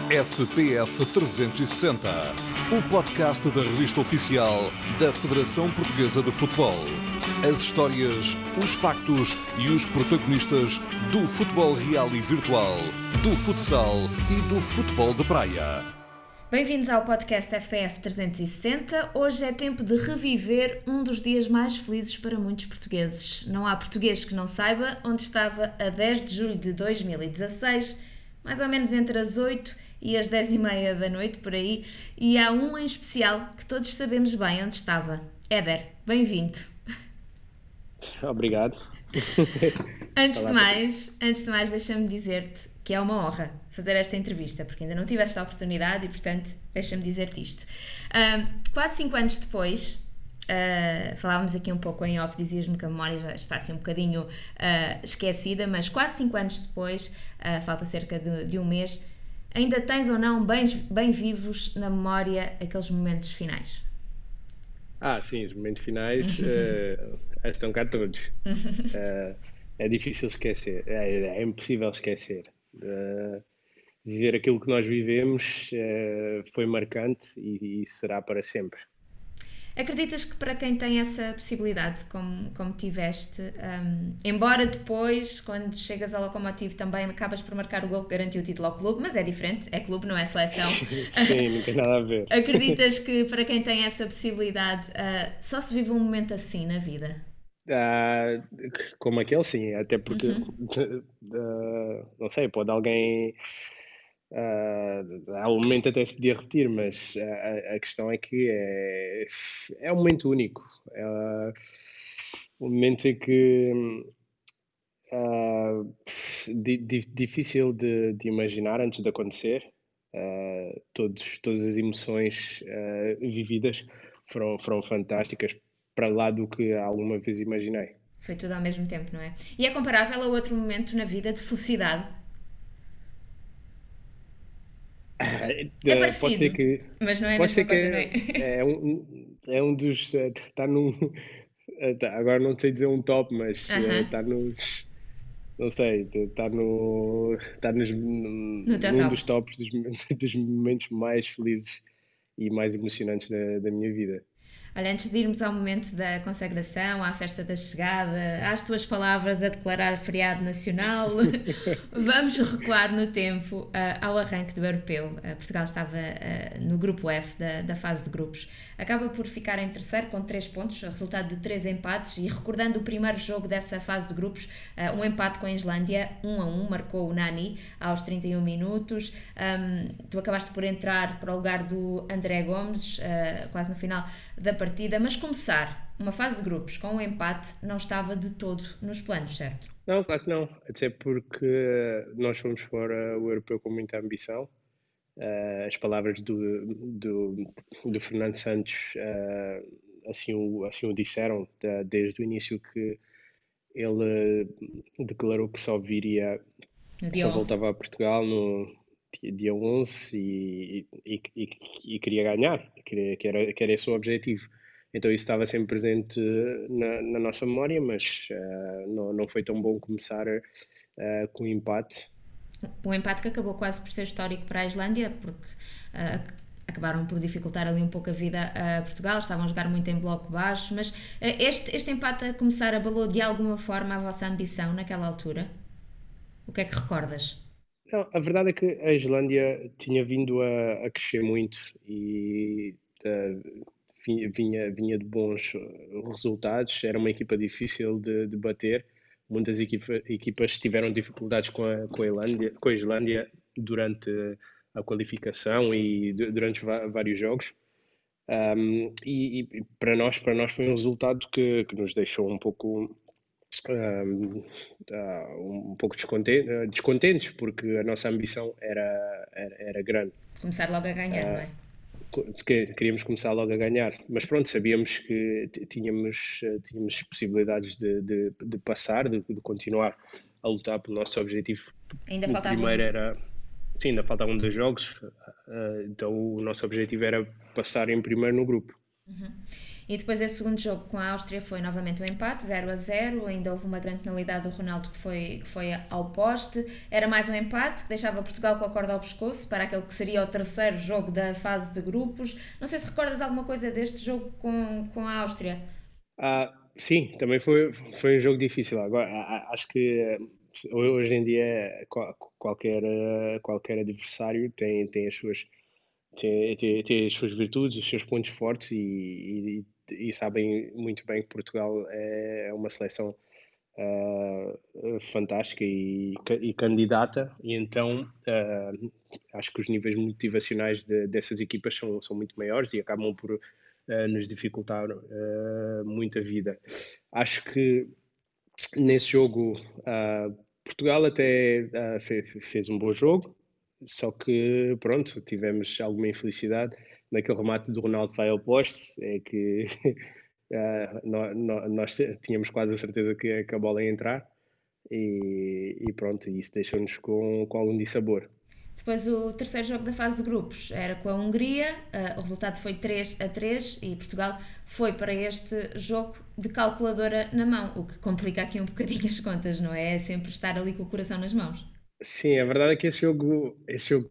FPF 360, o podcast da revista oficial da Federação Portuguesa de Futebol. As histórias, os factos e os protagonistas do futebol real e virtual, do futsal e do futebol de praia. Bem-vindos ao podcast FPF 360. Hoje é tempo de reviver um dos dias mais felizes para muitos portugueses. Não há português que não saiba onde estava a 10 de julho de 2016, mais ou menos entre as 8 e as 10h30 da noite, por aí, e há um em especial que todos sabemos bem onde estava. Éder, bem-vindo. Obrigado. Antes de mais, deixa-me dizer-te que é uma honra fazer esta entrevista, porque ainda não tive esta oportunidade e, portanto, deixa-me dizer-te isto. Quase 5 anos depois, falávamos aqui um pouco em off, dizias-me que a memória já está assim um bocadinho esquecida, mas quase 5 anos depois, falta cerca de um mês, ainda tens ou não bem vivos na memória aqueles momentos finais? Sim, os momentos finais estão cá todos. É difícil esquecer, é impossível esquecer. Viver aquilo que nós vivemos foi marcante e será para sempre. Acreditas que para quem tem essa possibilidade, como tiveste, embora depois, quando chegas ao Lokomotiv, também acabas por marcar o gol que garantiu o título ao clube, mas é diferente, é clube, não é seleção. Sim, não tem nada a ver. Acreditas que para quem tem essa possibilidade, só se vive um momento assim na vida? Como aquele, sim, até porque, não sei, pode alguém. Há um momento até se podia repetir, mas a questão é que é um momento único. É um momento em que difícil de imaginar antes de acontecer. Todas as emoções vividas foram fantásticas, para lá do que alguma vez imaginei. Foi tudo ao mesmo tempo, não é? E é comparável a outro momento na vida de felicidade? É parecido, Pode ser que, mas não é a pode ser mesma que coisa, não é? é um dos. Está num. Agora não sei dizer um top, mas Aham. está nos. Não sei, está No teu num top. dos tops dos momentos mais felizes e mais emocionantes da minha vida. Olha, antes de irmos ao momento da consagração, à festa da chegada, às tuas palavras a declarar feriado nacional, vamos recuar no tempo ao arranque do europeu. Portugal estava no grupo F da fase de grupos. Acaba por ficar em terceiro com 3 pontos, resultado de 3 empates, e recordando o primeiro jogo dessa fase de grupos, um empate com a Islândia, 1-1, marcou o Nani aos 31 minutos. Tu acabaste por entrar para o lugar do André Gomes, quase no final da partida, mas começar uma fase de grupos com um empate não estava de todo nos planos, certo? Não, claro que não. Até porque nós fomos para o europeu com muita ambição. As palavras do Fernando Santos assim o disseram desde o início, que ele declarou que No dia só 11. voltava a Portugal no dia 11 e queria ganhar, que era esse o objetivo. Então isso estava sempre presente na nossa memória, mas não foi tão bom começar com um empate. Um empate que acabou quase por ser histórico para a Islândia, porque acabaram por dificultar ali um pouco a vida a Portugal, estavam a jogar muito em bloco baixo, mas este empate a começar abalou de alguma forma a vossa ambição naquela altura? O que é que recordas? Não, a verdade é que a Islândia tinha vindo a crescer muito e vinha de bons resultados. Era uma equipa difícil de bater. Muitas equipas tiveram dificuldades com a Islândia durante a qualificação e durante vários jogos. E para nós foi um resultado que nos deixou um pouco descontentes, porque a nossa ambição era grande. Começar logo a ganhar, não é? Queríamos começar logo a ganhar, mas pronto, sabíamos que tínhamos possibilidades de passar, de continuar a lutar pelo nosso objetivo. Ainda O faltavam. primeiro era, sim, ainda faltavam 2 jogos, então o nosso objetivo era passar em primeiro no grupo. E depois esse segundo jogo com a Áustria foi novamente um empate, 0-0, ainda houve uma grande penalidade do Ronaldo que foi ao poste, era mais um empate que deixava Portugal com a corda ao pescoço para aquele que seria o terceiro jogo da fase de grupos. Não sei se recordas alguma coisa deste jogo com a Áustria. Sim, também foi um jogo difícil. Agora, acho que hoje em dia qualquer adversário tem as suas virtudes, os seus pontos fortes e sabem muito bem que Portugal é uma seleção fantástica e candidata, e então acho que os níveis motivacionais dessas equipas são muito maiores e acabam por nos dificultar muito a vida. Acho que nesse jogo Portugal até fez um bom jogo, só que pronto, tivemos alguma infelicidade naquele remate do Ronaldo vai ao poste, é que nós tínhamos quase a certeza que a bola ia entrar e pronto, isso deixou-nos com algum dissabor. Depois o terceiro jogo da fase de grupos era com a Hungria, o resultado foi 3-3 e Portugal foi para este jogo de calculadora na mão, o que complica aqui um bocadinho as contas, não é? É sempre estar ali com o coração nas mãos. Sim, a verdade é que esse jogo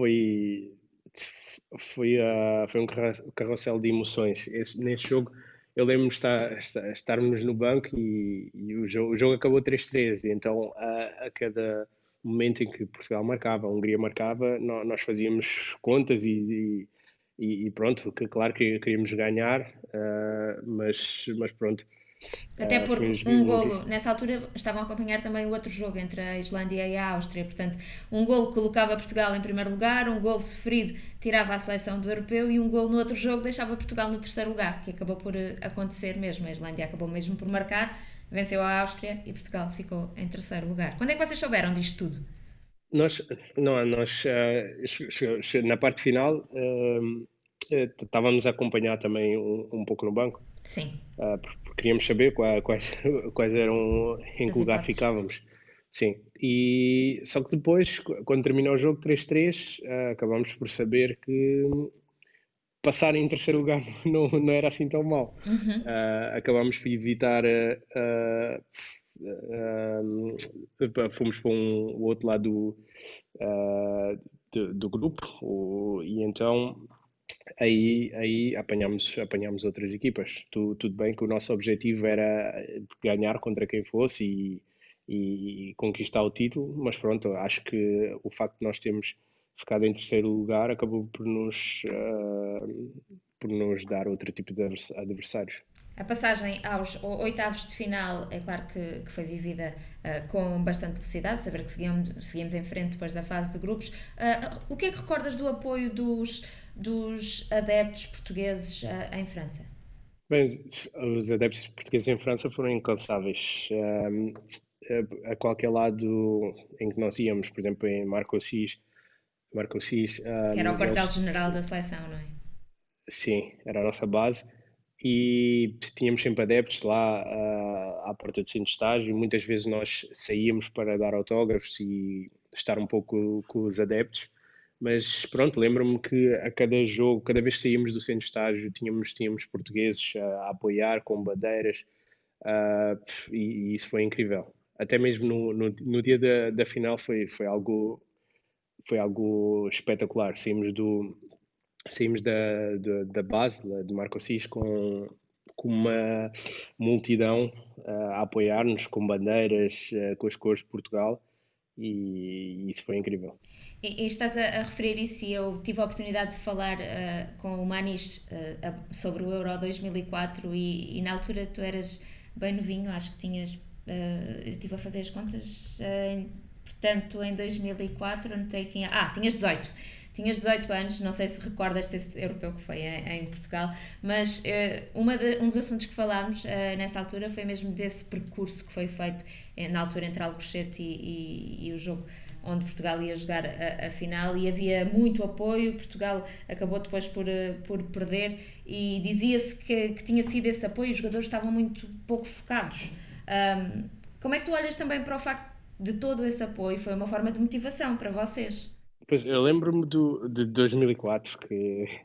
foi um carrossel de emoções. Nesse jogo eu lembro-me de estarmos no banco e o jogo acabou 3-3, e então a cada momento em que Portugal marcava, a Hungria marcava, nós fazíamos contas e pronto, que claro que queríamos ganhar, mas pronto. Até Foi porque um golo, nessa altura estavam a acompanhar também o outro jogo entre a Islândia e a Áustria, portanto, um golo colocava Portugal em primeiro lugar, um golo sofrido tirava a seleção do europeu e um golo no outro jogo deixava Portugal no terceiro lugar, que acabou por acontecer mesmo. A Islândia acabou mesmo por marcar, venceu a Áustria e Portugal ficou em terceiro lugar. Quando é que vocês souberam disto tudo? Nós, não, nós na parte final estávamos a acompanhar também um pouco no banco, Sim, porque queríamos saber quais eram, em das que lugar hipóteses. ficávamos. Sim, e só que depois, quando terminou o jogo 3-3, acabámos por saber que passar em terceiro lugar não era assim tão mau. Acabámos por evitar. Fomos para o outro lado do grupo, e então aí apanhámos outras equipas. Tudo bem que o nosso objetivo era ganhar contra quem fosse e conquistar o título, mas pronto, acho que o facto de nós termos ficado em terceiro lugar acabou por nos dar outro tipo de adversários. A passagem aos oitavos de final, é claro que foi vivida com bastante velocidade, saber que seguimos em frente depois da fase de grupos. O que é que recordas do apoio dos adeptos portugueses em França? Bem, os adeptos portugueses em França foram incansáveis. A qualquer lado em que nós íamos, por exemplo, em Marcoussis, Que era o eles, quartel-general da seleção, não é? sim, era a nossa base, e tínhamos sempre adeptos lá à porta do centro de estágio. Muitas vezes nós saíamos para dar autógrafos e estar um pouco com os adeptos, mas pronto, lembro-me que a cada jogo, cada vez que saímos do centro de estágio, tínhamos portugueses a apoiar com bandeiras, e isso foi incrível. Até mesmo no dia da final foi algo espetacular. Saímos da base, de Marcoussis, com uma multidão a apoiar-nos com bandeiras, com as cores de Portugal, e isso foi incrível. E estás a referir isso e eu tive a oportunidade de falar com o Manis sobre o Euro 2004 e na altura tu eras bem novinho, acho que tinhas, eu estive a fazer as contas, portanto em 2004 anotei que tinhas 18. Tinhas 18 anos, não sei se recordas desse europeu que foi em Portugal, mas um dos assuntos que falámos nessa altura foi mesmo desse percurso que foi feito na altura entre Alcochete e o jogo onde Portugal ia jogar a final, e havia muito apoio. Portugal acabou depois por perder e dizia-se que tinha sido esse apoio, os jogadores estavam muito pouco focados. Como é que tu olhas também para o facto de todo esse apoio? Foi uma forma de motivação para vocês? Pois, eu lembro-me de 2004, que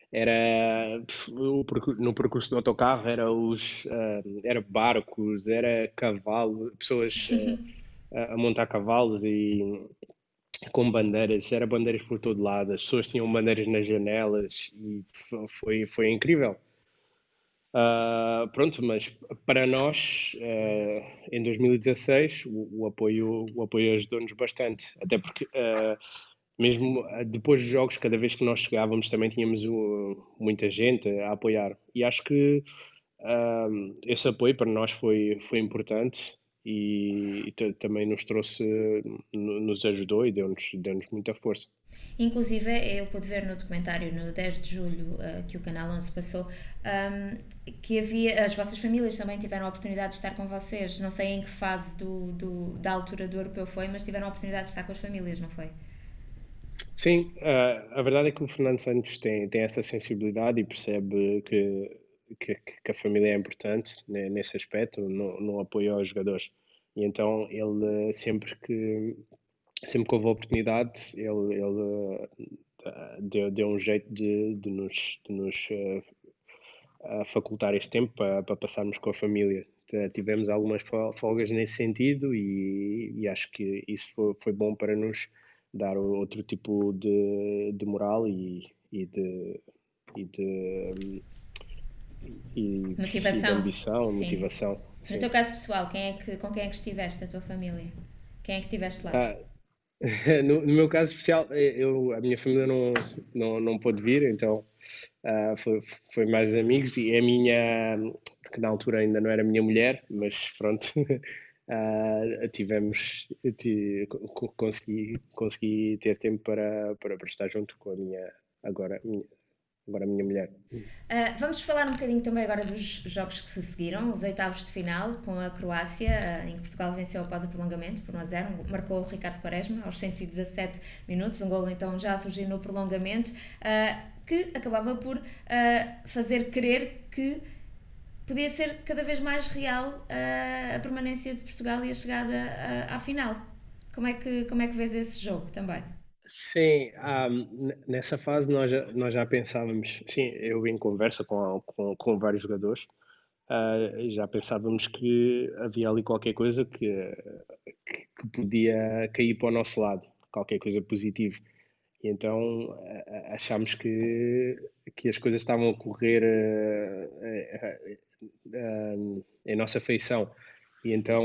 era no percurso do autocarro, era barcos, era cavalo, pessoas a montar cavalos e com bandeiras, era bandeiras por todo lado, as pessoas tinham bandeiras nas janelas e foi incrível. Pronto, mas para nós, em 2016, o apoio ajudou-nos bastante, até porque mesmo depois dos jogos, cada vez que nós chegávamos, também tínhamos muita gente a apoiar. E acho que esse apoio para nós foi importante e também nos trouxe, nos ajudou e deu-nos muita força. Inclusive, eu pude ver no documentário, no 10 de julho, que o Canal 11 passou, que as vossas famílias também tiveram a oportunidade de estar com vocês. Não sei em que fase da altura do europeu foi, mas tiveram a oportunidade de estar com as famílias, não foi? Sim, a verdade é que o Fernando Santos tem essa sensibilidade e percebe que a família é importante nesse aspecto, no apoio aos jogadores. E então ele sempre que houve oportunidade, ele deu um jeito de nos facultar esse tempo para passarmos com a família. Tivemos algumas folgas nesse sentido e acho que isso foi bom para nos dar outro tipo de moral e de, e de Motivação? ambição, Sim. motivação. No Sim. teu caso pessoal, com quem é que estiveste, a tua família? Quem é que tiveste lá? Ah, no meu caso especial, a minha família não pôde vir, então foi mais amigos e a minha, que na altura ainda não era minha mulher, mas pronto, consegui ter tempo para estar junto com a minha, agora, agora a minha mulher. Vamos falar um bocadinho também agora dos jogos que se seguiram, os oitavos de final com a Croácia, em que Portugal venceu após o prolongamento por 1-0, marcou o Ricardo Quaresma aos 117 minutos, um golo então já surgiu no prolongamento, que acabava por fazer crer que podia ser cada vez mais real a permanência de Portugal e a chegada à final. Como é que vês esse jogo também? Sim, nessa fase nós já pensávamos, sim, eu em conversa com vários jogadores, já pensávamos que havia ali qualquer coisa que podia cair para o nosso lado, qualquer coisa positiva. E então achámos que as coisas estavam a correr em nossa feição. E então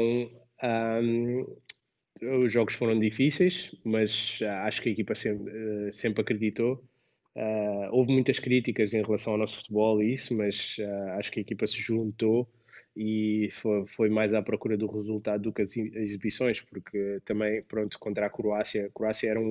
os jogos foram difíceis, mas acho que a equipa sempre acreditou. Houve muitas críticas em relação ao nosso futebol e isso, mas acho que a equipa se juntou e foi mais à procura do resultado do que as exibições, porque também, pronto, contra a Croácia era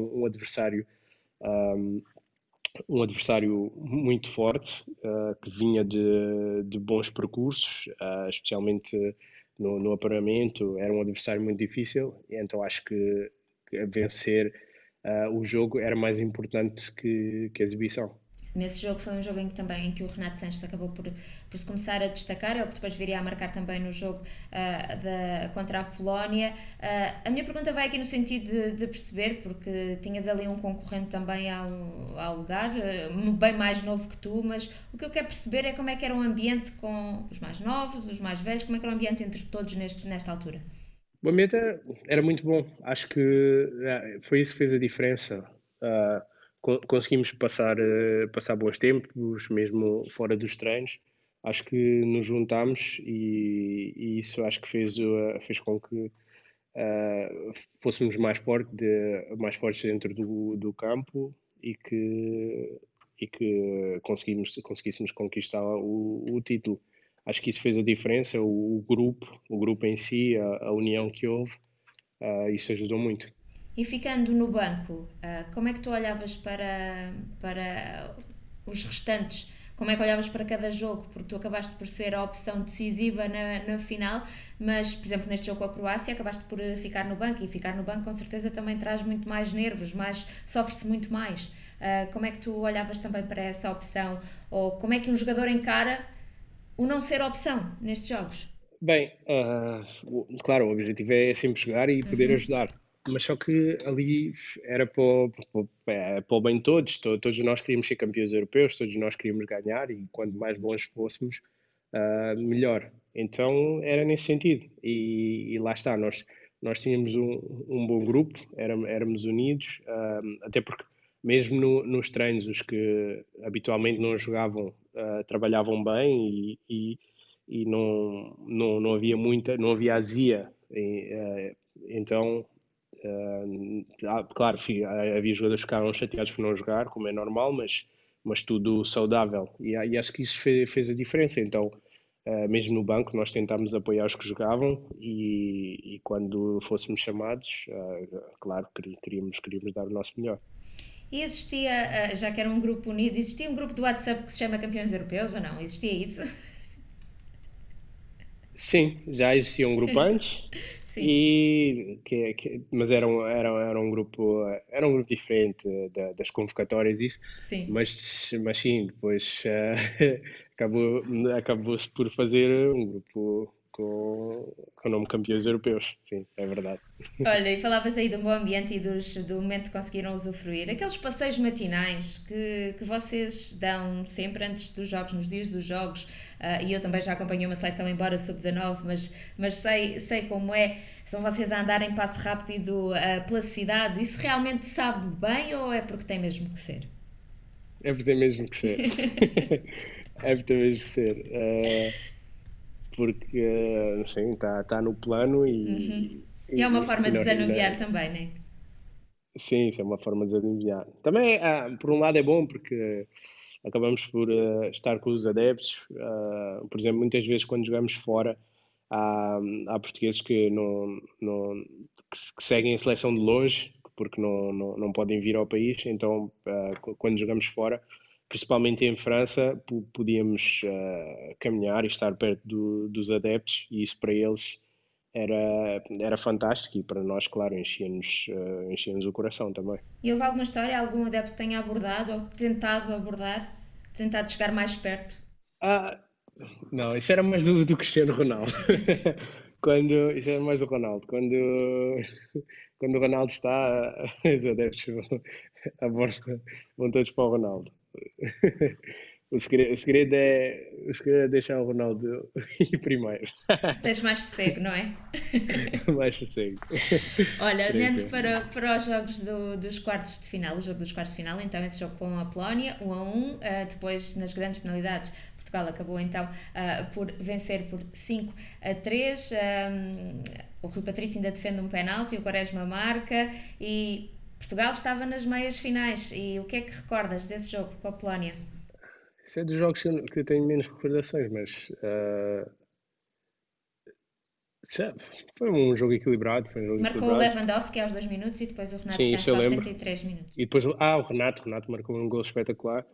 um adversário muito forte, que vinha de bons percursos, especialmente no apuramento, era um adversário muito difícil, e então acho que vencer o jogo era mais importante que a exibição. Nesse jogo foi um jogo em que o Renato Sanches acabou por se começar a destacar, ele que depois viria a marcar também no jogo contra a Polónia. A minha pergunta vai aqui no sentido de perceber, porque tinhas ali um concorrente também ao lugar, bem mais novo que tu, mas o que eu quero perceber é como é que era o ambiente com os mais novos, os mais velhos, como é que era o ambiente entre todos nesta altura. O ambiente era muito bom, acho que foi isso que fez a diferença. Conseguimos passar bons tempos, mesmo fora dos treinos. Acho que nos juntámos e isso acho que fez com que fôssemos mais fortes dentro do campo e que conseguíssemos conquistar o título. Acho que isso fez a diferença, o grupo em si, a união que houve, isso ajudou muito. E ficando no banco, como é que tu olhavas para os restantes? Como é que olhavas para cada jogo? Porque tu acabaste por ser a opção decisiva na final, mas, por exemplo, neste jogo com a Croácia, acabaste por ficar no banco, e ficar no banco com certeza também traz muito mais nervos, sofre-se muito mais. Como é que tu olhavas também para essa opção? Ou como é que um jogador encara o não ser opção nestes jogos? Bem, claro, o objetivo é sempre jogar e poder ajudar. mas só que ali era para o bem de todos, todos nós queríamos ser campeões europeus, todos nós queríamos ganhar e quanto mais bons fôssemos, melhor. Então era nesse sentido. E lá está, nós tínhamos um bom grupo, éramos unidos, até porque mesmo nos treinos, os que habitualmente não jogavam, trabalhavam bem e não havia não havia azia. Então, claro, havia jogadores que ficaram chateados por não jogar, como é normal, mas tudo saudável. E acho que isso fez a diferença. Então, mesmo no banco, nós tentámos apoiar os que jogavam e quando fôssemos chamados, claro, queríamos dar o nosso melhor. E existia, já que era um grupo unido, existia um grupo do WhatsApp que se chama Campeões Europeus ou não? Existia isso? Sim, já existia um grupo antes, Sim. mas era um grupo diferente das convocatórias, isso, Sim. mas sim, depois acabou, acabou-se por fazer um grupo com o nome Campeões Europeus, sim, é verdade. Olha, e falavas aí do bom ambiente e do momento que conseguiram usufruir. Aqueles passeios matinais que vocês dão sempre antes dos jogos, nos dias dos jogos, e eu também já acompanhei uma seleção, embora sub-19, mas sei como é. São vocês a andarem passo rápido pela cidade. Isso realmente sabe bem ou é porque tem mesmo que ser? É porque tem mesmo que ser. É porque tem mesmo que ser. Porque, sim, está no plano E é uma forma e de nós desanuviar ainda. também, não é? Sim, isso é uma forma de desanuviar. Também, por um lado, é bom porque acabamos por estar com os adeptos. Por exemplo, muitas vezes quando jogamos fora, há portugueses que, que seguem a seleção de longe porque não podem vir ao país. Então, quando jogamos fora, principalmente em França, podíamos caminhar e estar perto dos adeptos e isso para eles era fantástico e para nós, claro, enchia-nos o coração também. E houve alguma história, algum adepto que tenha abordado ou tentado abordar, tentado chegar mais perto? Ah, não, isso era mais do Cristiano Ronaldo. Isso era mais do Ronaldo. Quando o Ronaldo está, os adeptos vão, vão todos para o Ronaldo. O segredo é deixar o Ronaldo ir primeiro. Tens mais sossego, não é? Mais sossego. Olha, Creio olhando que é. para os jogos dos quartos de final, o jogo dos quartos de final, então esse jogo com a Polónia, 1-1, depois nas grandes penalidades, Portugal acabou então por vencer por 5-3. O Rui Patrício ainda defende um penalti, o Quaresma marca e Portugal estava nas meias finais. E o que é que recordas desse jogo com a Polónia? Isso é dos jogos que eu tenho menos recordações, mas sabe, foi um jogo equilibrado, foi um jogo Marcou o equilibrado. Lewandowski aos 2 minutos e depois o Renato Sim, isso Sanches eu aos lembro. 73 minutos. E depois, o Renato marcou um gol espetacular.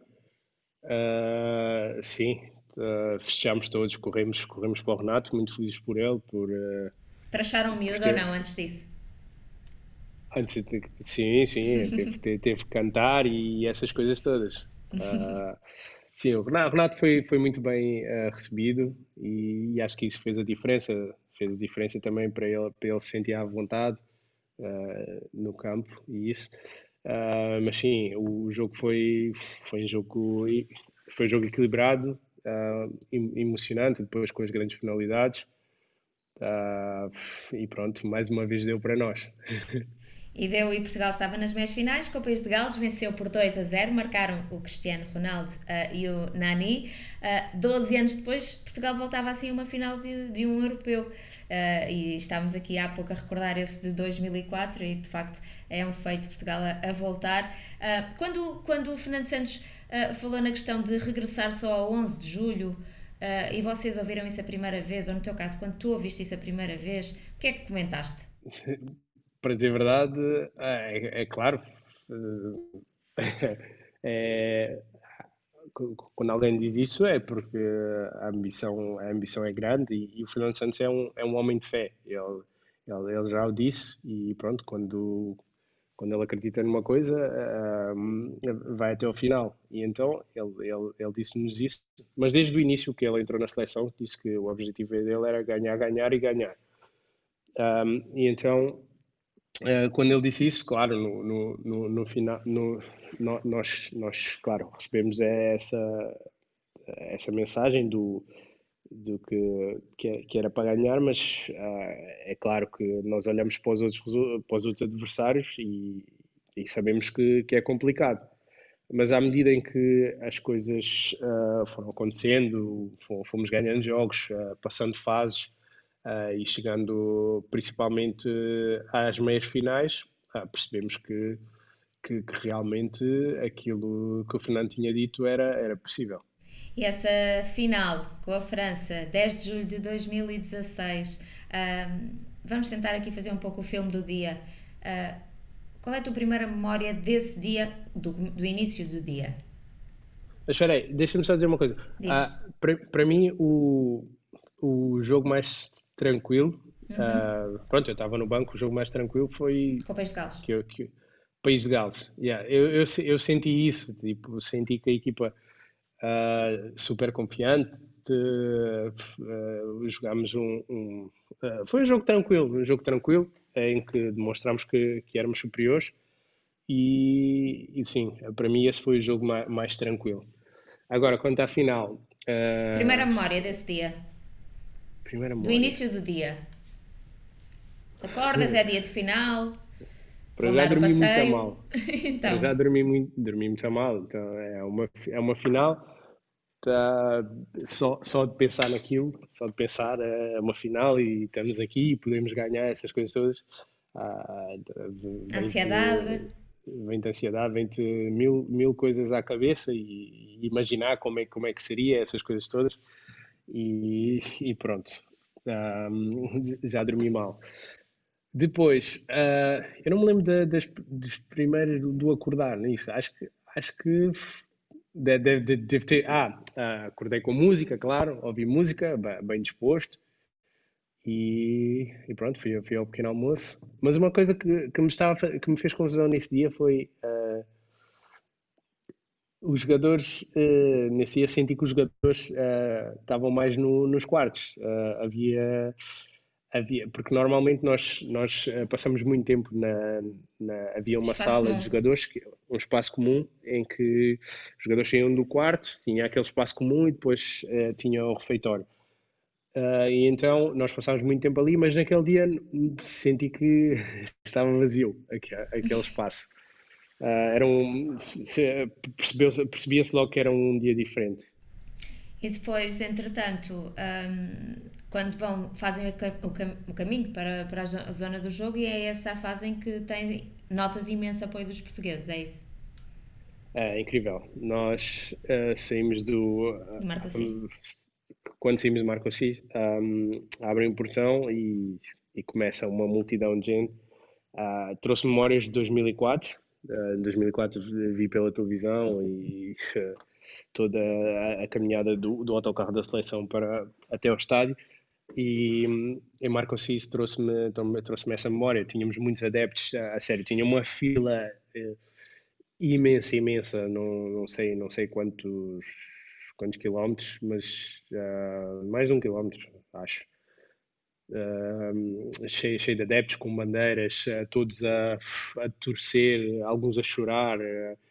Sim, fechámos todos, corremos para o Renato, muito felizes por ele, Tracharam um por miúdo ou ter. não antes disso? Sim, sim, teve que cantar e essas coisas todas. Ah, sim, o Renato foi muito bem recebido e acho que isso fez a diferença também para ele se sentir à vontade no campo e isso. Mas sim, o jogo foi um jogo, foi um jogo equilibrado, emocionante, depois com as grandes penalidades. Ah, e pronto, mais uma vez deu para nós. E deu e Portugal estava nas meias finais, com o País de Gales venceu por 2-0, marcaram o Cristiano Ronaldo e o Nani. 12 anos depois, Portugal voltava assim a uma final de um europeu. E estávamos aqui há pouco a recordar esse de 2004 e de facto é um feito Portugal a voltar. Quando o Fernando Santos falou na questão de regressar só a 11 de julho, e vocês ouviram isso a primeira vez, ou no teu caso, quando tu ouviste isso a primeira vez, o que é que comentaste? Para dizer a verdade, é claro, é, quando alguém diz isso é porque a ambição é grande e o Fernando Santos é um homem de fé. Ele já o disse e pronto, quando ele acredita numa coisa, vai até ao final. E então ele disse-nos isso, mas desde o início que ele entrou na seleção, disse que o objetivo dele era ganhar, ganhar e ganhar. E então Quando ele disse isso, claro, no final, nós, claro, recebemos essa mensagem que era para ganhar, mas é claro que nós olhamos para os outros adversários e sabemos que é complicado. Mas à medida em que as coisas foram acontecendo, fomos ganhando jogos, passando fases e chegando principalmente às meias finais, percebemos que realmente aquilo que o Fernando tinha dito era possível. E essa final com a França, 10 de julho de 2016, vamos tentar aqui fazer um pouco o filme do dia. Qual é a tua primeira memória desse dia, do início do dia? Mas espera aí, deixa-me só dizer uma coisa. Diz. Para mim, o jogo mais tranquilo, pronto, eu estava no banco, o jogo mais tranquilo foi Com o País de Gales. País de Gales. Yeah, eu senti isso, tipo, senti que a equipa super confiante, jogámos foi um jogo tranquilo, em que demonstramos que éramos superiores e sim, para mim esse foi o jogo mais tranquilo. Agora, quanto à final, Primeira memória desse dia, primeira do memória. início do dia. Acordas, é dia de final, Para vão já dar o dormi muito a passeio. mal. Para Então, já dormi muito a mal. Então é uma final. Tá, só de pensar naquilo, só de pensar é uma final e estamos aqui e podemos ganhar essas coisas todas. Vem-te ansiedade. vem-te ansiedade, vem-te mil coisas à cabeça e imaginar como é que seria essas coisas todas. E pronto, já dormi mal. Depois, eu não me lembro das primeiras do acordar nisso. Acho que deve ter. Acordei com música, claro, ouvi música, bem disposto, e pronto, fui ao pequeno almoço. Mas uma coisa que me fez confusão nesse dia foi os jogadores. Nesse dia senti que os jogadores estavam mais nos quartos. Porque normalmente nós passamos muito tempo havia uma Espaço sala de comum. jogadores, um espaço comum, em que os jogadores saíam do quarto, tinha aquele espaço comum e depois tinha o refeitório. E então nós passávamos muito tempo ali, mas naquele dia senti que estava vazio aquele espaço. Percebia-se logo que era um dia diferente. E depois, entretanto, quando fazem o caminho para a zona do jogo, e é essa a fase em que notas imenso apoio dos portugueses, é isso? É incrível. Nós saímos De Marco assim. quando saímos do Marco Assis, abrem o portão e começa uma multidão de gente. Trouxe memórias de 2004. Em 2004 vi pela televisão e toda a caminhada do autocarro da seleção até ao estádio. E em Marco Assis trouxe-me essa memória. Tínhamos muitos adeptos, a sério, tinha uma fila imensa, imensa, não sei quantos quilómetros, mas mais de 1 quilómetro, acho. Cheio de adeptos com bandeiras, todos a torcer, alguns a chorar,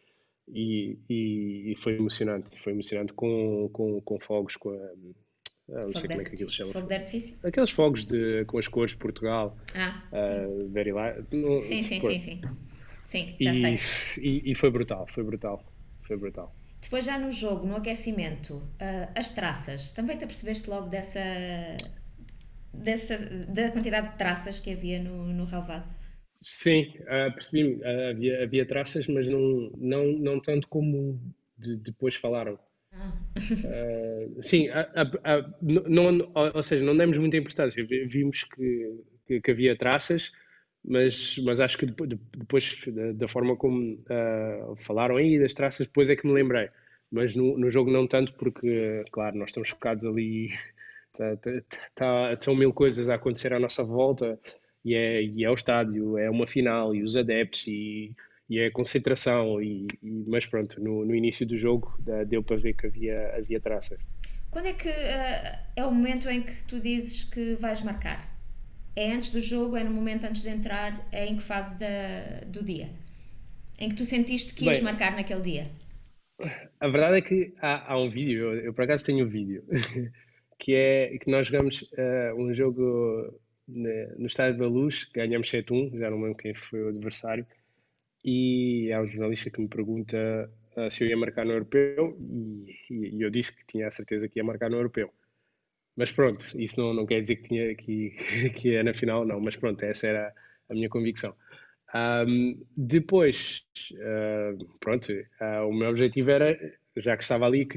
e foi emocionante com fogos, não Fogo sei de, como é que aquilo se chama, fogo de artifício? aqueles fogos com as cores de Portugal, Sim. very light, Sim, sim, sim, sim. Sim, já e, sei. e foi brutal, foi brutal, foi brutal. Depois já no jogo, no aquecimento, as traças, também te apercebeste logo da quantidade de traças que havia no relvado? Sim, percebi-me. Havia traças, mas não tanto como depois falaram. Sim, ou seja, não demos muita importância. Vimos que havia traças, mas acho que depois da forma como falaram aí das traças, depois é que me lembrei. Mas no jogo não tanto, porque, claro, nós estamos focados ali, são mil coisas a acontecer à nossa volta, e é o estádio, é uma final, e os adeptos, e é a concentração, mas pronto, no início do jogo deu para ver que havia traças. Quando é que é o momento em que tu dizes que vais marcar? É antes do jogo, é no momento antes de entrar, é em que fase do dia? Em que tu sentiste que ias Bem, marcar naquele dia? a verdade é que há um vídeo, eu por acaso tenho um vídeo, que nós jogamos um jogo no Estádio da Luz, ganhamos 7-1, já não lembro quem foi o adversário, e há um jornalista que me pergunta se eu ia marcar no Europeu, e eu disse que tinha a certeza que ia marcar no Europeu. Mas pronto, isso não quer dizer que, que ia na final, não, mas pronto, essa era a minha convicção. Depois, pronto, o meu objetivo era, já que estava ali,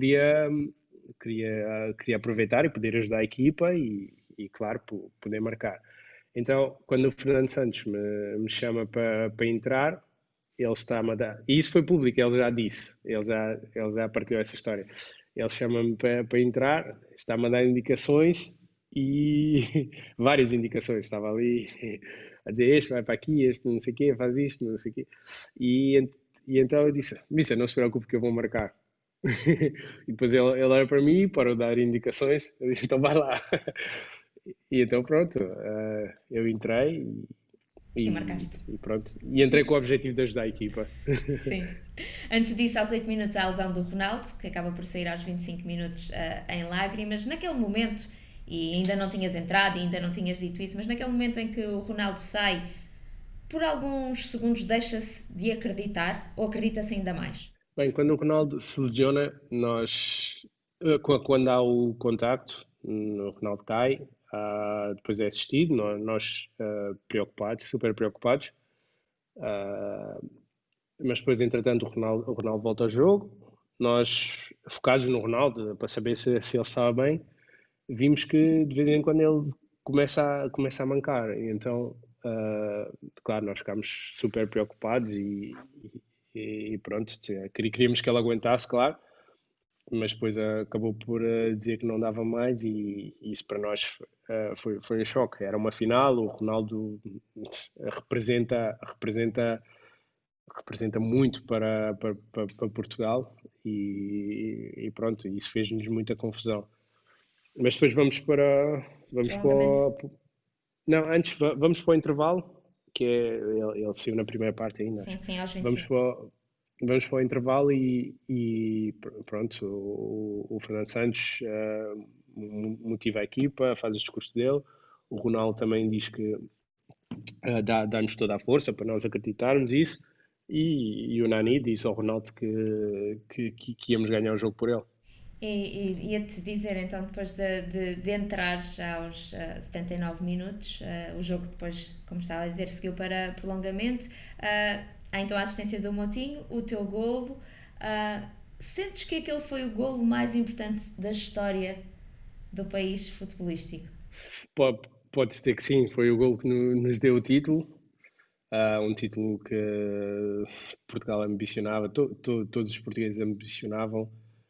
queria aproveitar e poder ajudar a equipa e claro, poder marcar. Então, quando o Fernando Santos me chama para entrar, ele está-me a dar. E isso foi público, ele já disse, ele já partilhou essa história. Ele chama-me para entrar, está-me a dar indicações e várias indicações. Estava ali a dizer este vai para aqui, este não sei o quê, faz isto, não sei o quê. E, e então eu disse: Missa, não se preocupe que eu vou marcar. E depois ele olha para mim, para dar indicações. Eu disse: então vai lá. E então pronto, eu entrei E marcaste. e pronto. E entrei com o objetivo de ajudar a equipa. Sim. Antes disso, aos 8 minutos, há a lesão do Ronaldo, que acaba por sair aos 25 minutos em lágrimas. Naquele momento, e ainda não tinhas entrado e ainda não tinhas dito isso, mas naquele momento em que o Ronaldo sai, por alguns segundos deixa-se de acreditar ou acredita-se ainda mais? Bem, quando o Ronaldo se lesiona, quando há o contacto, o Ronaldo cai, depois é assistido, nós preocupados, super preocupados, ah, mas depois, entretanto, o Ronaldo volta ao jogo, nós focados no Ronaldo, para saber se ele estava bem, vimos que de vez em quando ele começa a mancar, e então, claro, nós ficámos super preocupados e pronto, queríamos que ele aguentasse, claro, mas depois acabou por dizer que não dava mais e isso para nós foi um choque. Era uma final, o Ronaldo representa muito para Portugal e pronto, isso fez-nos muita confusão. Mas depois vamos para Prolongamento. não, antes vamos para o intervalo, que é, ele saiu na primeira parte ainda, Sim, acho. sim, aos Vamos 25. para vamos para o intervalo e pronto, o Fernando Santos motiva a equipa, faz o discurso dele. O Ronaldo também diz que dá-nos toda a força para nós acreditarmos nisso. E o Nani disse ao Ronaldo que íamos ganhar o jogo por ele. E ia-te dizer, então, depois de entrares aos 79 minutos, o jogo depois, como estava a dizer, seguiu para prolongamento. Há então a assistência do Moutinho, o teu golo. Sentes que aquele foi o golo mais importante da história do país futebolístico? Pode ser que sim, foi o gol que nos deu o título. Um título que Portugal ambicionava, todos os portugueses ambicionavam,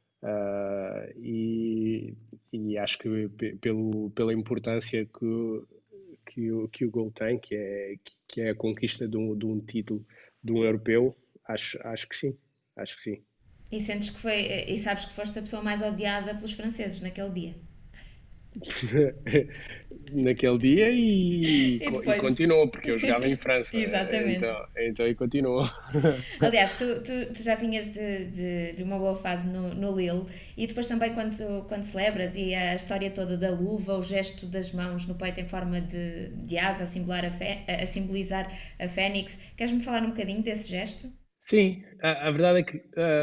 e acho que pela importância que o gol tem, que é a conquista de um título de um europeu, acho que sim, acho que sim. E sentes que foi, e sabes que foste a pessoa mais odiada pelos franceses naquele dia. Naquele dia E e depois. continuou, porque eu jogava em França, Exatamente. então e continuou. Aliás, tu já vinhas de uma boa fase no Lille e depois também quando celebras e a história toda da luva, o gesto das mãos no peito em forma de asa a simbolizar a Fênix. Queres-me falar um bocadinho desse gesto? Sim, a verdade é que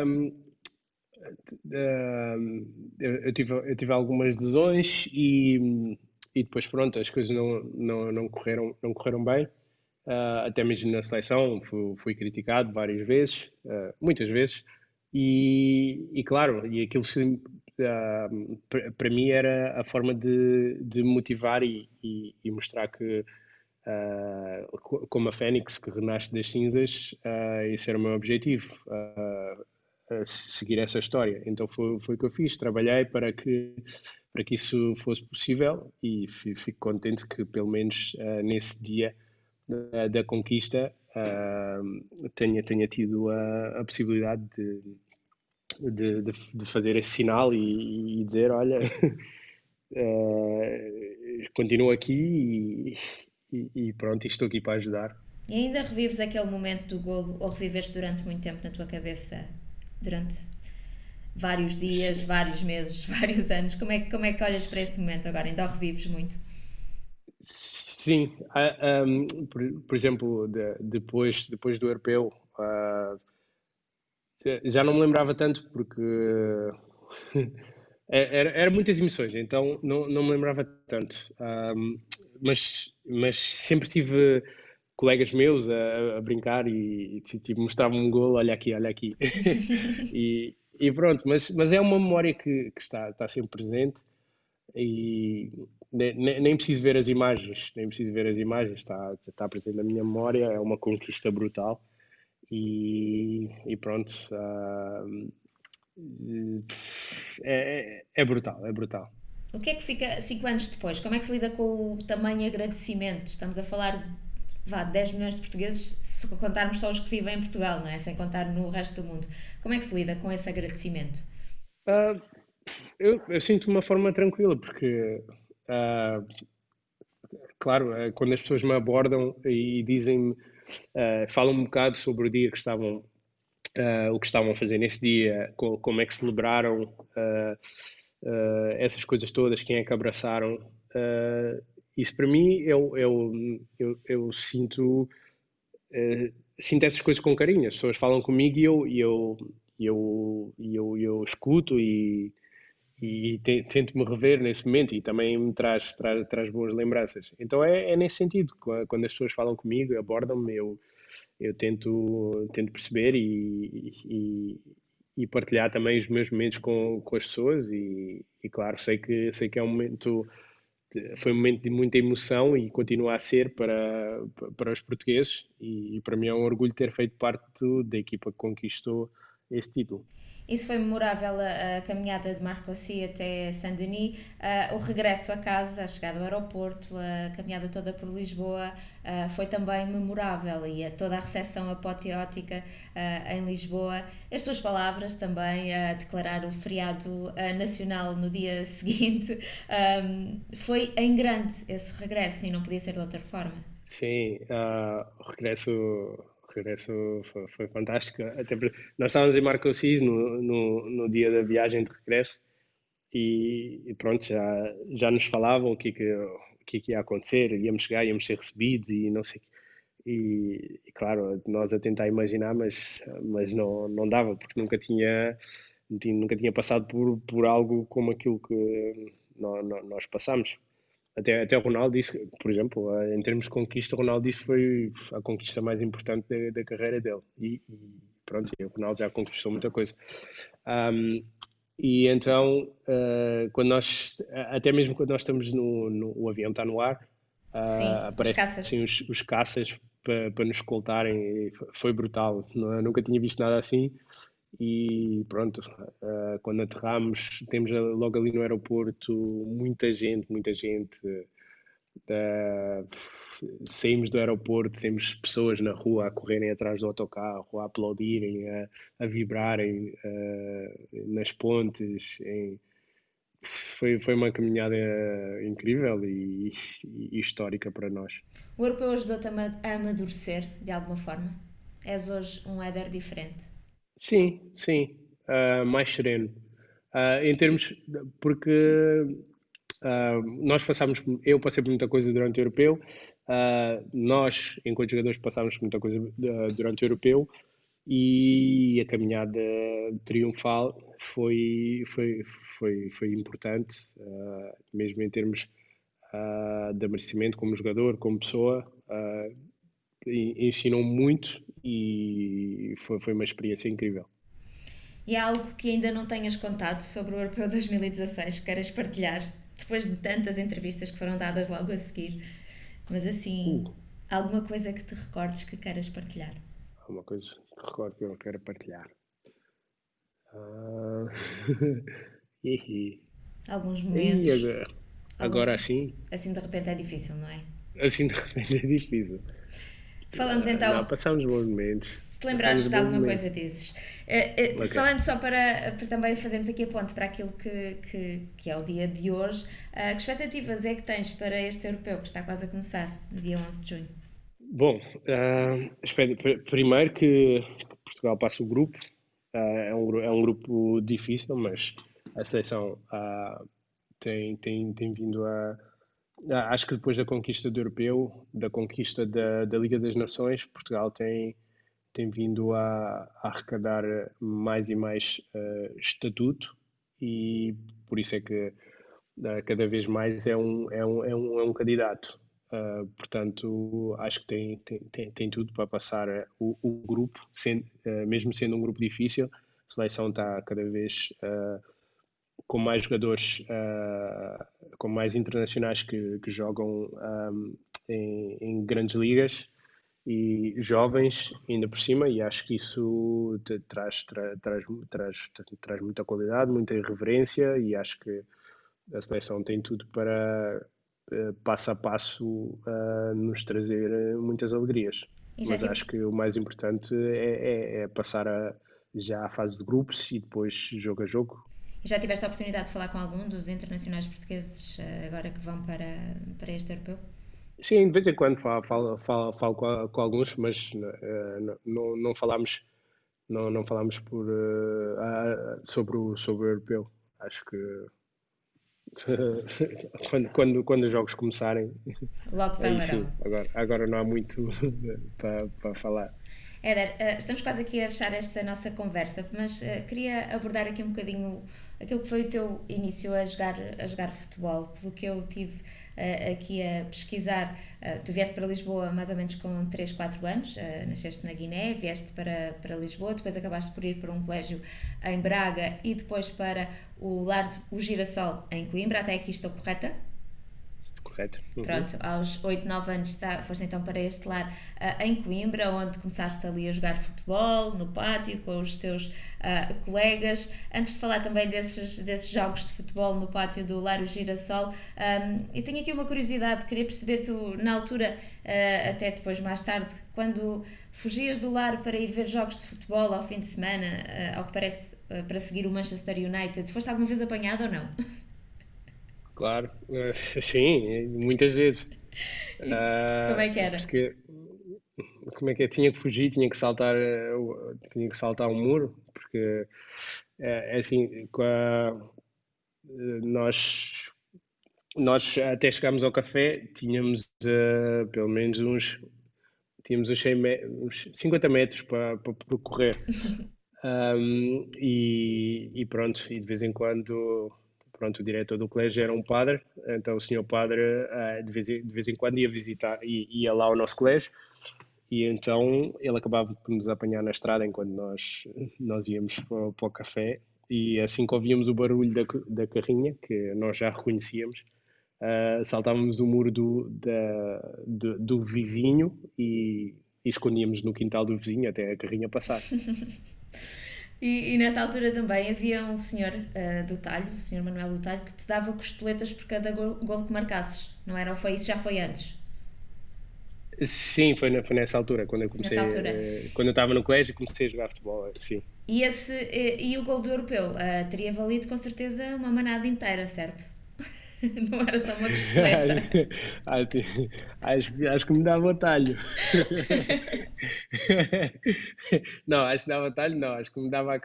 eu tive algumas lesões e depois pronto, as coisas não correram bem. Até mesmo na seleção fui criticado várias vezes, muitas vezes, e claro, e aquilo para mim era a forma de motivar e mostrar que como a Fênix que renasce das cinzas, esse era o meu objetivo, seguir essa história. Então foi o que eu fiz, trabalhei para que isso fosse possível e fico contente que pelo menos nesse dia da conquista tenha tido a possibilidade de fazer esse sinal e dizer, olha, continuo aqui e pronto, estou aqui para ajudar. E ainda revives aquele momento do golo, ou reviveste durante muito tempo na tua cabeça, durante vários dias, vários meses, vários anos? Como é que olhas para esse momento agora? Ainda o revives muito? Sim, por exemplo, depois do europeu, já não me lembrava tanto porque era muitas emoções, então não me lembrava tanto. Mas sempre tive colegas meus a brincar e tipo, mostravam um golo, olha aqui, olha aqui. E pronto, mas é uma memória que está sempre presente e nem preciso ver as imagens, nem preciso ver as imagens, está presente na minha memória, é uma conquista brutal e pronto, é brutal, é brutal. O que é que fica 5 anos depois? Como é que se lida com o tamanho agradecimento? Estamos a falar de vá, 10 milhões de portugueses, se contarmos só os que vivem em Portugal, não é? Sem contar no resto do mundo. Como é que se lida com esse agradecimento? Ah, eu sinto de uma forma tranquila, porque, ah, claro, quando as pessoas me abordam e dizem-me, falam um bocado sobre o dia que estavam, o que estavam a fazer nesse dia, como é que celebraram, essas coisas todas, quem é que abraçaram. Isso para mim, eu sinto essas coisas com carinho. As pessoas falam comigo e eu escuto e tento-me rever nesse momento e também me traz boas lembranças. Então é nesse sentido, quando as pessoas falam comigo, abordam-me, eu tento perceber e partilhar também os meus momentos com as pessoas e claro, sei que é um momento, foi um momento de muita emoção e continua a ser para os portugueses e para mim é um orgulho ter feito parte da equipa que conquistou esse título. Isso foi memorável, a caminhada de Marcoussis até Saint-Denis, o regresso a casa, a chegada ao aeroporto, a caminhada toda por Lisboa, foi também memorável e toda a recepção apoteótica em Lisboa. As tuas palavras também a declarar o feriado nacional no dia seguinte, foi em grande esse regresso e não podia ser de outra forma. Sim, o regresso foi fantástico. Até nós estávamos em Marcoussis no dia da viagem de regresso e pronto, já nos falavam o que é que ia acontecer, íamos chegar, íamos ser recebidos e não sei o quê. E claro, nós a tentar imaginar, mas não dava, porque nunca tinha passado por algo como aquilo que nós passamos. Até o Ronaldo disse, por exemplo, em termos de conquista, o Ronaldo disse que foi a conquista mais importante da carreira dele. E pronto, e o Ronaldo já conquistou muita coisa. Um, e então, até mesmo quando nós estamos o avião está no ar, Sim, os caças. aparecem os caças para nos escoltarem. E foi brutal. Nunca tinha visto nada assim. E pronto, quando aterramos, temos logo ali no aeroporto muita gente. Uh, Saímos do aeroporto, temos pessoas na rua a correrem atrás do autocarro, a aplaudirem, a vibrarem nas pontes. Foi uma caminhada incrível e histórica para nós. O europeu ajudou-te a amadurecer de alguma forma? És hoje um éder diferente? Sim, sim, mais sereno. Em termos, porque eu passei por muita coisa durante o europeu, nós, enquanto jogadores, passámos por muita coisa durante o europeu e a caminhada triunfal foi importante, mesmo em termos de merecimento como jogador, como pessoa. Ensinou muito e foi uma experiência incrível. E há algo que ainda não tenhas contado sobre o Europeu 2016 que queiras partilhar, depois de tantas entrevistas que foram dadas logo a seguir, mas assim, Uh, alguma coisa que te recordes que queiras partilhar? Há uma coisa que recordo que eu quero partilhar. Ah, Ih, Alguns ih, momentos, agora alguns, assim, assim de repente é difícil, não é? assim de repente é difícil. Falamos Não, então, passamos bons momentos. se te lembrares Passamos de bons alguma momentos. coisa dizes. Ok. Falando só para também fazermos aqui a ponte para aquilo que é o dia de hoje, que expectativas é que tens para este europeu que está quase a começar, no dia 11 de junho? Bom, espero primeiro que Portugal passe o grupo. É um grupo difícil, mas a seleção tem vindo acho que depois da conquista do europeu, da conquista da Liga das Nações, Portugal tem vindo a arrecadar mais e mais estatuto e por isso é que cada vez mais é um candidato. Portanto, acho que tem tudo para passar o grupo, mesmo sendo um grupo difícil. A seleção está cada vez com mais jogadores, com mais internacionais que jogam em grandes ligas e jovens ainda por cima, e acho que isso traz muita qualidade, muita irreverência, e acho que a seleção tem tudo para passo a passo nos trazer muitas alegrias. E já Mas tive, acho que o mais importante é passar já à fase de grupos e depois jogo a jogo. e já tiveste a oportunidade de falar com algum dos internacionais portugueses agora que vão para este europeu? Sim, de vez em quando falo com alguns, mas não falámos, não falámos sobre o europeu. Acho que quando os jogos começarem, Logo aí falarão. sim, agora não há muito para falar. Éder, estamos quase aqui a fechar esta nossa conversa, mas queria abordar aqui um bocadinho aquilo que foi o teu início a jogar futebol. Pelo que eu tive aqui a pesquisar, tu vieste para Lisboa mais ou menos com 3 4 anos, nasceste na Guiné, vieste para Lisboa, depois acabaste por ir para um colégio em Braga e depois para o Lar o Girassol em Coimbra, até aqui estou correta? Correto? Uhum. Pronto, aos 8 9 anos foste então para este lar em Coimbra, onde começaste ali a jogar futebol, no pátio, com os teus colegas. Antes de falar também desses jogos de futebol no pátio do Lar o Girassol, eu tenho aqui uma curiosidade, queria perceber, tu na altura, até depois mais tarde, quando fugias do lar para ir ver jogos de futebol ao fim de semana, ao que parece, para seguir o Manchester United, foste alguma vez apanhado ou não? Claro, sim, muitas vezes. E como é que era? Porque como é que é? Tinha que fugir, tinha que saltar um muro, porque é assim, nós, nós até chegámos ao café, pelo menos tínhamos uns 50 metros para percorrer. E pronto, e de vez em quando, pronto, o diretor do colégio era um padre, então o senhor padre de vez em quando ia lá ao nosso colégio, e então ele acabava por nos apanhar na estrada enquanto nós íamos para o café, e assim que ouvíamos o barulho da carrinha, que nós já reconhecíamos, saltávamos o muro do vizinho e escondíamos no quintal do vizinho até a carrinha passar. E nessa altura também havia um senhor do Talho, o senhor Manuel do Talho, que te dava costeletas por cada gol que marcasses, não era? Ou foi isso? Já foi antes? Sim, foi nessa altura, Nessa altura. quando eu estava no colégio, comecei a jogar futebol, sim. E o gol do europeu teria valido com certeza uma manada inteira, certo? Não era só uma costeleta. Acho, acho que me dava talho. Não, acho que dava talho, não, acho que me dava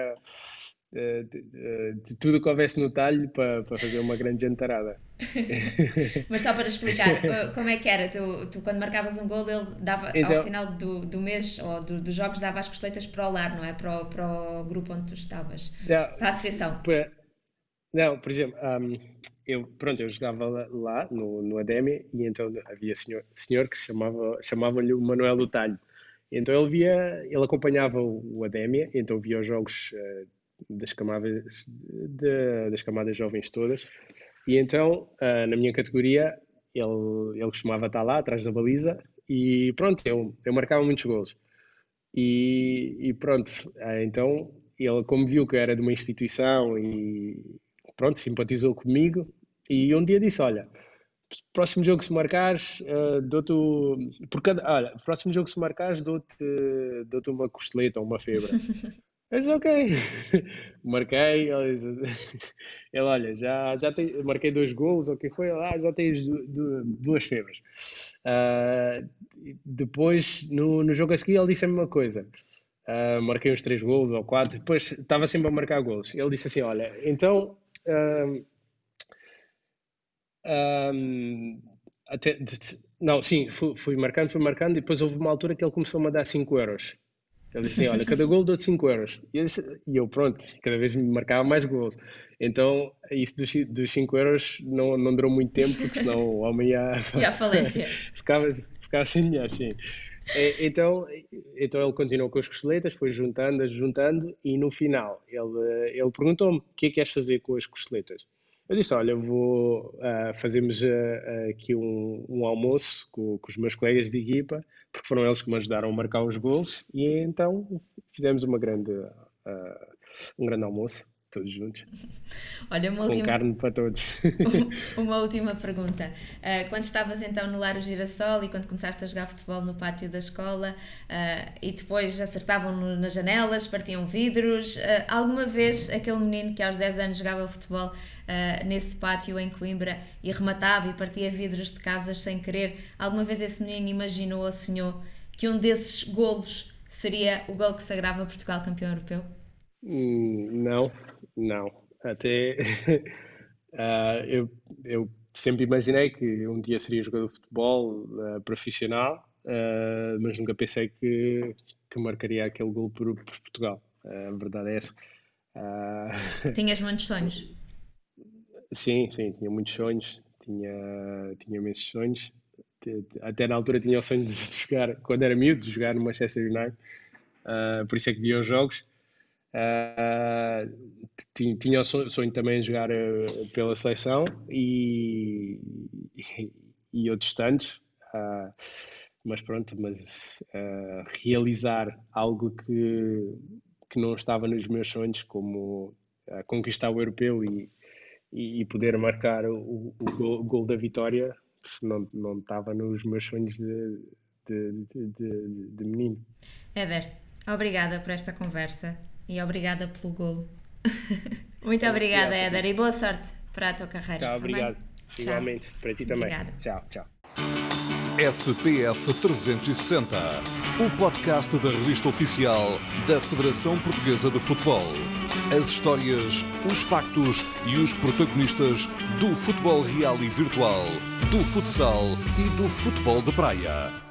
de tudo que houvesse no talho para fazer uma grande jantarada. Mas só para explicar, como é que era? Tu quando marcavas um gol, ele dava, ao Então, final do mês ou dos jogos, dava as costeletas para o lar, não é? Para o grupo onde tu estavas, não, para a associação. não, por exemplo, eu jogava lá no Adémia e então havia senhor que chamava-lhe o Manuel do Talho. Então ele acompanhava o Adémia, então via os jogos das camadas jovens todas. E então, na minha categoria, ele costumava estar lá, atrás da baliza, e pronto, eu marcava muitos golos. E pronto, então ele, como viu que eu era de uma instituição e pronto, simpatizou comigo, e um dia disse: Olha, próximo jogo se marcares, olha, próximo jogo se marcares, dou-te uma costeleta ou uma febra. Eu disse, ok. Marquei, ele olha, marquei 2 golos, o que foi? Já tens 2 febras. Depois, no jogo a seguir, ele disse a mesma coisa. Marquei uns 3 golos ou 4, depois estava sempre a marcar golos. Ele disse assim, olha, então... não, sim, fui marcando, e depois houve uma altura que ele começou-me a dar 5 euros. Ele disse assim, olha, cada gol dou-te 5 euros. E eu, pronto, cada vez me marcava mais gols. Então, isso dos 5 euros não durou muito tempo, porque senão o homem ia... E à falência. ficava sem dinheiro, sim. Então ele continuou com as costeletas, foi juntando, e no final ele perguntou-me, o que é que queres fazer com as costeletas? Eu disse, olha, fazemos aqui um almoço com os meus colegas de equipa, porque foram eles que me ajudaram a marcar os golos, e então fizemos um grande almoço, todos juntos. Olha, com carne para todos. Uma última pergunta. Quando estavas então no Lar o Girassol e quando começaste a jogar futebol no pátio da escola e depois acertavam nas janelas, partiam vidros, alguma vez aquele menino que aos 10 anos jogava futebol nesse pátio em Coimbra e rematava e partia vidros de casas sem querer, alguma vez esse menino imaginou ou sonhou que um desses golos seria o gol que sagrava Portugal campeão europeu? Não. Até eu sempre imaginei que um dia seria jogador de futebol profissional, mas nunca pensei que marcaria aquele gol por Portugal. A verdade é essa. Tinhas muitos sonhos? Sim, tinha muitos sonhos, tinha imensos sonhos. Até na altura tinha o sonho de jogar, quando era miúdo, de jogar no Manchester United, por isso é que via os jogos. Tinha o sonho também de jogar pela seleção e outros tantos, mas pronto, realizar algo que não estava nos meus sonhos, como conquistar o europeu e poder marcar o gol da vitória, não estava nos meus sonhos de menino. Éder, obrigada por esta conversa e obrigada pelo golo. Muito obrigada, Éder, e boa sorte para a tua carreira. Tá, obrigado. Igualmente, para ti também. Obrigada. Tchau. FPF 360, o podcast da revista oficial da Federação Portuguesa de Futebol. As histórias, os factos e os protagonistas do futebol real e virtual, do futsal e do futebol de praia.